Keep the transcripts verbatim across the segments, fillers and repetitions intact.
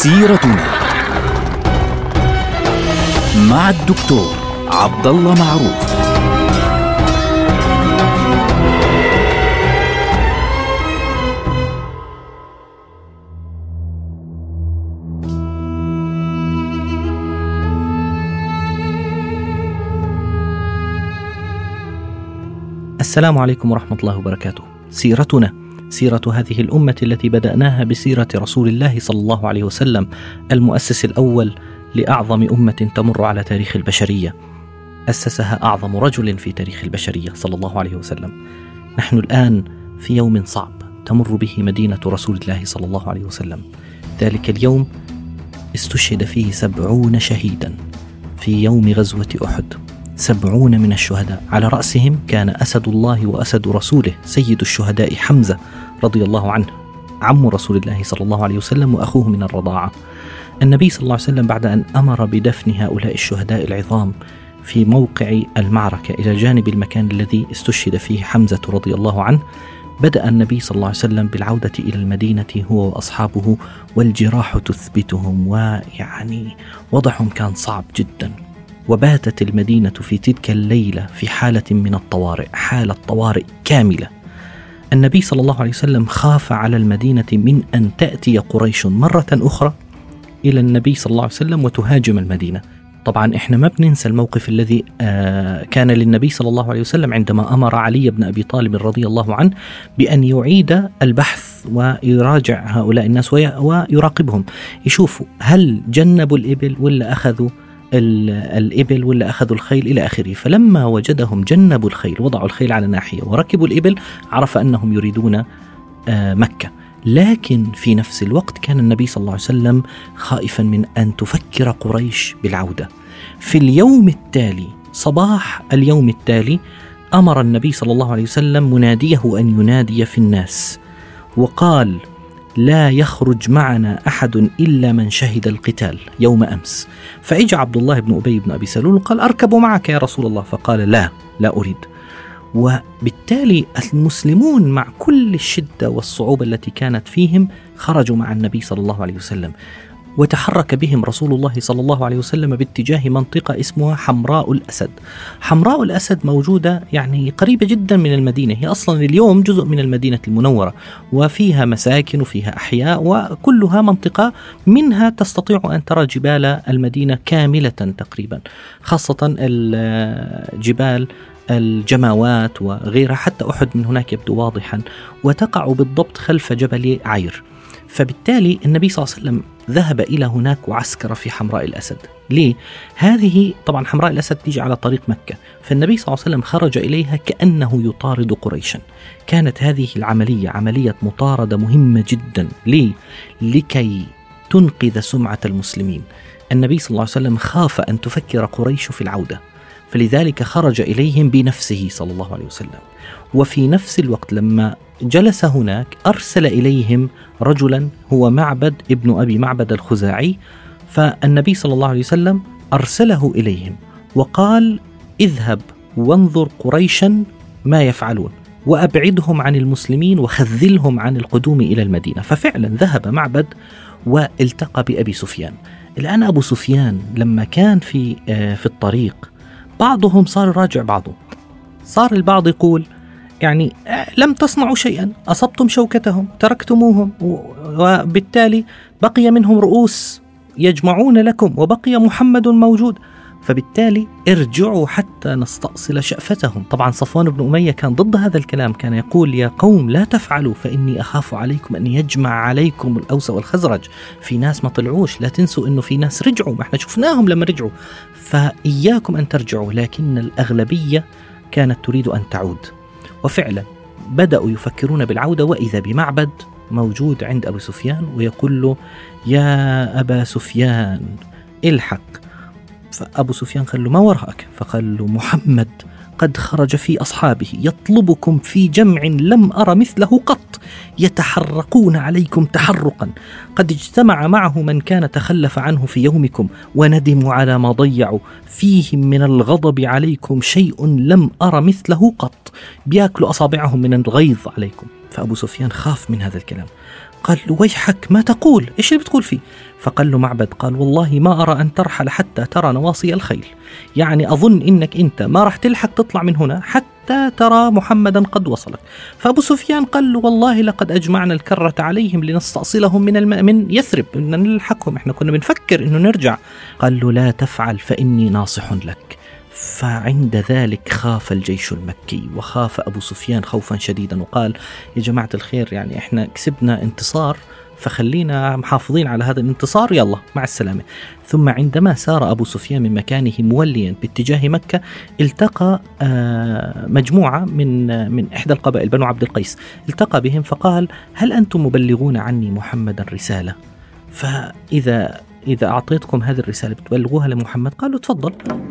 سيرتنا مع الدكتور عبد الله معروف. السلام عليكم ورحمة الله وبركاته. سيرتنا سيرة هذه الأمة التي بدأناها بسيرة رسول الله صلى الله عليه وسلم، المؤسس الأول لأعظم أمة تمر على تاريخ البشرية، أسسها أعظم رجل في تاريخ البشرية صلى الله عليه وسلم. نحن الآن في يوم صعب تمر به مدينة رسول الله صلى الله عليه وسلم. ذلك اليوم استشهد فيه سبعون شهيدا في يوم غزوة أحد، سبعون من الشهداء، على رأسهم كان أسد الله وأسد رسوله سيد الشهداء حمزة رضي الله عنه، عم رسول الله صلى الله عليه وسلم وأخوه من الرضاعة. النبي صلى الله عليه وسلم بعد أن أمر بدفن هؤلاء الشهداء العظام في موقع المعركة إلى جانب المكان الذي استشهد فيه حمزة رضي الله عنه، بدأ النبي صلى الله عليه وسلم بالعودة إلى المدينة هو وأصحابه، والجراح تثبتهم، ويعني وضعهم كان صعب جدا. وباتت المدينة في تلك الليلة في حالة من الطوارئ، حالة طوارئ كاملة. النبي صلى الله عليه وسلم خاف على المدينة من أن تأتي قريش مرة أخرى إلى النبي صلى الله عليه وسلم وتهاجم المدينة. طبعا إحنا ما بننسى الموقف الذي آه كان للنبي صلى الله عليه وسلم عندما أمر علي بن أبي طالب رضي الله عنه بأن يعيد البحث ويراجع هؤلاء الناس ويراقبهم، يشوفوا هل جنبوا الإبل ولا أخذوا الإبل ولا أخذوا الخيل إلى آخره. فلما وجدهم جنبوا الخيل، وضعوا الخيل على ناحية وركبوا الإبل، عرف أنهم يريدون مكة. لكن في نفس الوقت كان النبي صلى الله عليه وسلم خائفا من أن تفكر قريش بالعودة. في اليوم التالي، صباح اليوم التالي، أمر النبي صلى الله عليه وسلم مناديه أن ينادي في الناس، وقال: لا يخرج معنا أحد إلا من شهد القتال يوم أمس. فإجى عبد الله بن أبي بن أبي سلول وقال: أركب معك يا رسول الله. فقال: لا لا أريد. وبالتالي المسلمون مع كل الشدة والصعوبة التي كانت فيهم خرجوا مع النبي صلى الله عليه وسلم، وتحرك بهم رسول الله صلى الله عليه وسلم باتجاه منطقة اسمها حمراء الأسد. حمراء الأسد موجودة يعني قريبة جدا من المدينة، هي أصلا اليوم جزء من المدينة المنورة، وفيها مساكن وفيها أحياء، وكلها منطقة منها تستطيع أن ترى جبال المدينة كاملة تقريبا، خاصة الجبال الجماوات وغيرها، حتى أحد من هناك يبدو واضحا، وتقع بالضبط خلف جبل عير. فبالتالي النبي صلى الله عليه وسلم ذهب إلى هناك وعسكر في حمراء الأسد. ليه؟ هذه طبعا حمراء الأسد تيجي على طريق مكة، فالنبي صلى الله عليه وسلم خرج إليها كأنه يطارد قريشا. كانت هذه العملية عملية مطاردة مهمة جدا. ليه؟ لكي تنقذ سمعة المسلمين. النبي صلى الله عليه وسلم خاف أن تفكر قريش في العودة، فلذلك خرج إليهم بنفسه صلى الله عليه وسلم. وفي نفس الوقت لما جلس هناك أرسل إليهم رجلا هو معبد ابن أبي معبد الخزاعي، فالنبي صلى الله عليه وسلم أرسله إليهم وقال: اذهب وانظر قريشا ما يفعلون، وأبعدهم عن المسلمين وخذلهم عن القدوم إلى المدينة. ففعلا ذهب معبد والتقى بأبي سفيان. الآن أبو سفيان لما كان في في الطريق، بعضهم صار يراجع بعضه، صار البعض يقول يعني لم تصنعوا شيئا، أصبتم شوكتهم، تركتموهم، وبالتالي بقي منهم رؤوس يجمعون لكم وبقي محمد موجود، فبالتالي ارجعوا حتى نستأصل شأفتهم. طبعا صفوان بن أمية كان ضد هذا الكلام، كان يقول: يا قوم لا تفعلوا فإني أخاف عليكم أن يجمع عليكم الأوس والخزرج. في ناس ما طلعوش، لا تنسوا أنه في ناس رجعوا، ما احنا شفناهم لما رجعوا، فإياكم أن ترجعوا. لكن الأغلبية كانت تريد أن تعود، وفعلا بدأوا يفكرون بالعودة، وإذا بمعبد موجود عند أبو سفيان ويقول له: يا أبا سفيان الحق. فأبو سفيان قال له: ما وراءك؟ فقال له: محمد قد خرج في أصحابه يطلبكم في جمع لم أرى مثله قط، يتحرقون عليكم تحرقا، قد اجتمع معه من كان تخلف عنه في يومكم وندموا على ما ضيعوا، فيهم من الغضب عليكم شيء لم أرى مثله قط، بيأكلوا أصابعهم من الغيظ عليكم. فأبو سفيان خاف من هذا الكلام، قال له ويحك ما تقول، إيش اللي بتقول فيه؟ فقال له معبد قال والله ما أرى أن ترحل حتى ترى نواصي الخيل، يعني أظن إنك أنت ما راح تلحق تطلع من هنا حتى ترى محمدا قد وصلك. فأبو سفيان قال له والله لقد أجمعنا الكرة عليهم لنستأصلهم من الم... من يثرب، إن نلحقهم، إحنا كنا بنفكر إنه نرجع. قال له لا تفعل فإني ناصح لك. فعند ذلك خاف الجيش المكي وخاف أبو سفيان خوفا شديدا، وقال يا جماعة الخير يعني إحنا كسبنا انتصار، فخلينا محافظين على هذا الانتصار، يلا مع السلامة. ثم عندما سار أبو سفيان من مكانه موليا باتجاه مكة، التقى مجموعة من من إحدى القبائل بنو عبد القيس، التقى بهم فقال هل أنتم مبلغون عني محمدا رسالة؟ فإذا إذا أعطيتكم هذه الرسالة بتبلغوها لمحمد؟ قالوا تفضل.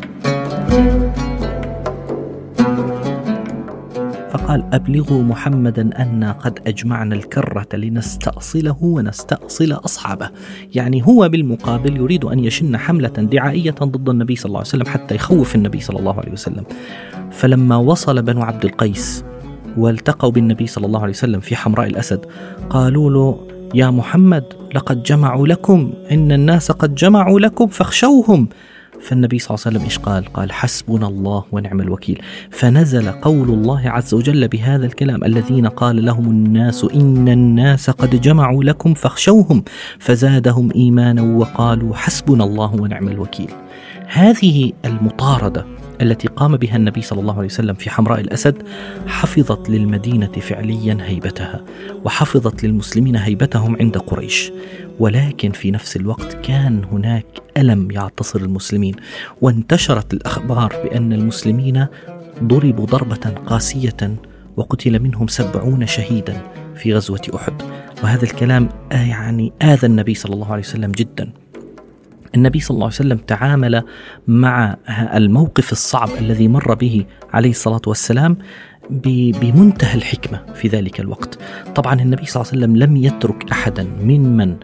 فقال أبلغوا محمدا أن قد أجمعنا الكرة لنستأصله ونستأصل أصحابه، يعني هو بالمقابل يريد أن يشن حملة دعائية ضد النبي صلى الله عليه وسلم حتى يخوف النبي صلى الله عليه وسلم. فلما وصل بنو عبد القيس والتقوا بالنبي صلى الله عليه وسلم في حمراء الأسد قالوا له يا محمد لقد جمعوا لكم، إن الناس قد جمعوا لكم فاخشوهم. فالنبي صلى الله عليه وسلم إيش قال؟ قال حسبنا الله ونعم الوكيل. فنزل قول الله عز وجل بهذا الكلام الذين قال لهم الناس إن الناس قد جمعوا لكم فاخشوهم فزادهم إيمانا وقالوا حسبنا الله ونعم الوكيل. هذه المطاردة التي قام بها النبي صلى الله عليه وسلم في حمراء الأسد حفظت للمدينة فعليا هيبتها، وحفظت للمسلمين هيبتهم عند قريش. ولكن في نفس الوقت كان هناك ألم يعتصر المسلمين، وانتشرت الأخبار بأن المسلمين ضربوا ضربة قاسية وقتل منهم سبعون شهيدا في غزوة أحد. وهذا الكلام يعني آذى النبي صلى الله عليه وسلم جدا. النبي صلى الله عليه وسلم تعامل مع الموقف الصعب الذي مر به عليه الصلاة والسلام بمنتهى الحكمة في ذلك الوقت. طبعا النبي صلى الله عليه وسلم لم يترك أحدا ممن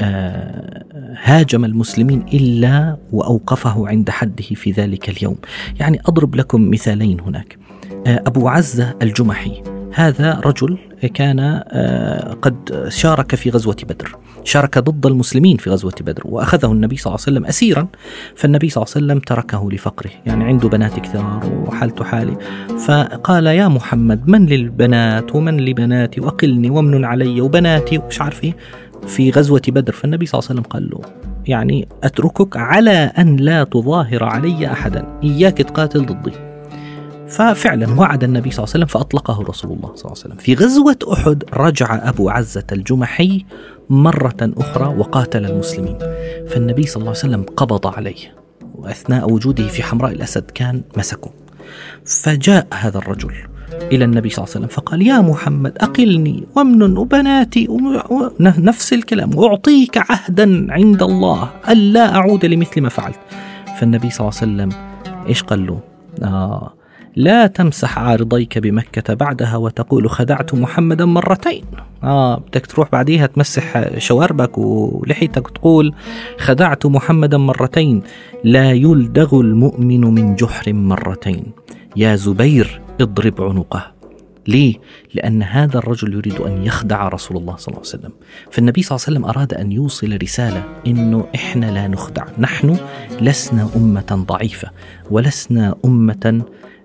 هاجم المسلمين إلا وأوقفه عند حده في ذلك اليوم. يعني أضرب لكم مثالين هناك. أبو عزة الجمحي، هذا رجل كان قد شارك في غزوة بدر، شارك ضد المسلمين في غزوة بدر، وأخذه النبي صلى الله عليه وسلم أسيرا. فالنبي صلى الله عليه وسلم تركه لفقره، يعني عنده بنات كثار وحالته حالي. فقال يا محمد من للبنات ومن لبناتي وأقلني ومن علي وبناتي ومش عارف إيه في غزوة بدر. فالنبي صلى الله عليه وسلم قال له يعني أتركك على أن لا تظاهر علي أحدا، إياك تقاتل ضدي. ففعلا وعد النبي صلى الله عليه وسلم فأطلقه رسول الله صلى الله عليه وسلم. في غزوة أحد رجع أبو عزة الجمحي مرة أخرى وقاتل المسلمين، فالنبي صلى الله عليه وسلم قبض عليه، وأثناء وجوده في حمراء الأسد كان مسكه. فجاء هذا الرجل إلى النبي صلى الله عليه وسلم فقال يا محمد أقلني ومن وبناتي، نفس الكلام، وأعطيك عهدا عند الله ألا أعود لمثل ما فعلت. فالنبي صلى الله عليه وسلم إيش قال له؟ آه لا تمسح عارضيك بمكة بعدها وتقول خدعت محمدا مرتين. آه بدك تروح بعديها تمسح شواربك ولحيتك وتقول خدعت محمدا مرتين. لا يلدغ المؤمن من جحر مرتين، يا زبير اضرب عنقه. ليه؟ لأن هذا الرجل يريد أن يخدع رسول الله صلى الله عليه وسلم. فالنبي صلى الله عليه وسلم أراد أن يوصل رسالة إنه إحنا لا نخدع، نحن لسنا أمة ضعيفة ولسنا أمة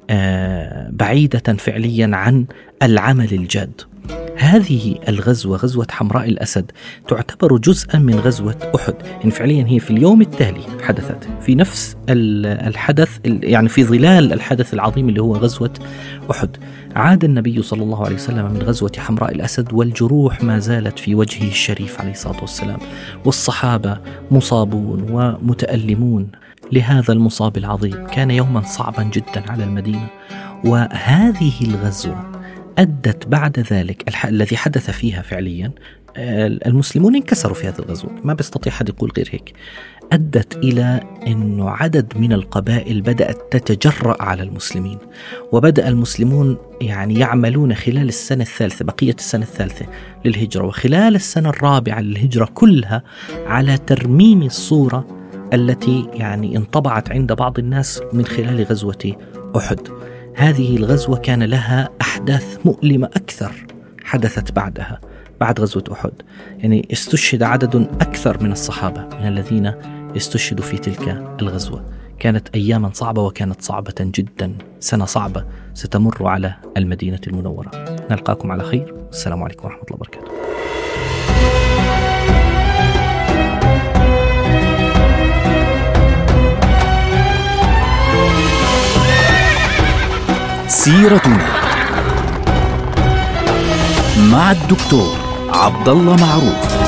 بعيدة فعليا عن العمل الجاد. هذه الغزوة غزوة حمراء الأسد تعتبر جزءا من غزوة أحد، يعني فعليا هي في اليوم التالي حدثت في نفس الحدث، يعني في ظلال الحدث العظيم اللي هو غزوة أحد. عاد النبي صلى الله عليه وسلم من غزوة حمراء الأسد والجروح ما زالت في وجهه الشريف عليه الصلاة والسلام، والصحابة مصابون ومتألمون لهذا المصاب العظيم. كان يوما صعبا جدا على المدينة. وهذه الغزوة أدت بعد ذلك الح... الذي حدث فيها فعليا المسلمون انكسروا في هذه الغزوة، ما بيستطيع حد يقول غير هيك. أدت إلى أنه عدد من القبائل بدأت تتجرأ على المسلمين، وبدأ المسلمون يعني يعملون خلال السنة الثالثة، بقية السنة الثالثة للهجرة وخلال السنة الرابعة للهجرة كلها، على ترميم الصورة التي يعني انطبعت عند بعض الناس من خلال غزوة أحد. هذه الغزوة كان لها أحداث مؤلمة أكثر حدثت بعدها. بعد غزوة أحد. يعني استشهد عدد أكثر من الصحابة من الذين استشهدوا في تلك الغزوة. كانت أياما صعبة، وكانت صعبة جدا، سنة صعبة ستمر على المدينة المنورة. نلقاكم على خير، السلام عليكم ورحمة الله وبركاته. سيرتنا مع الدكتور عبد الله معروف.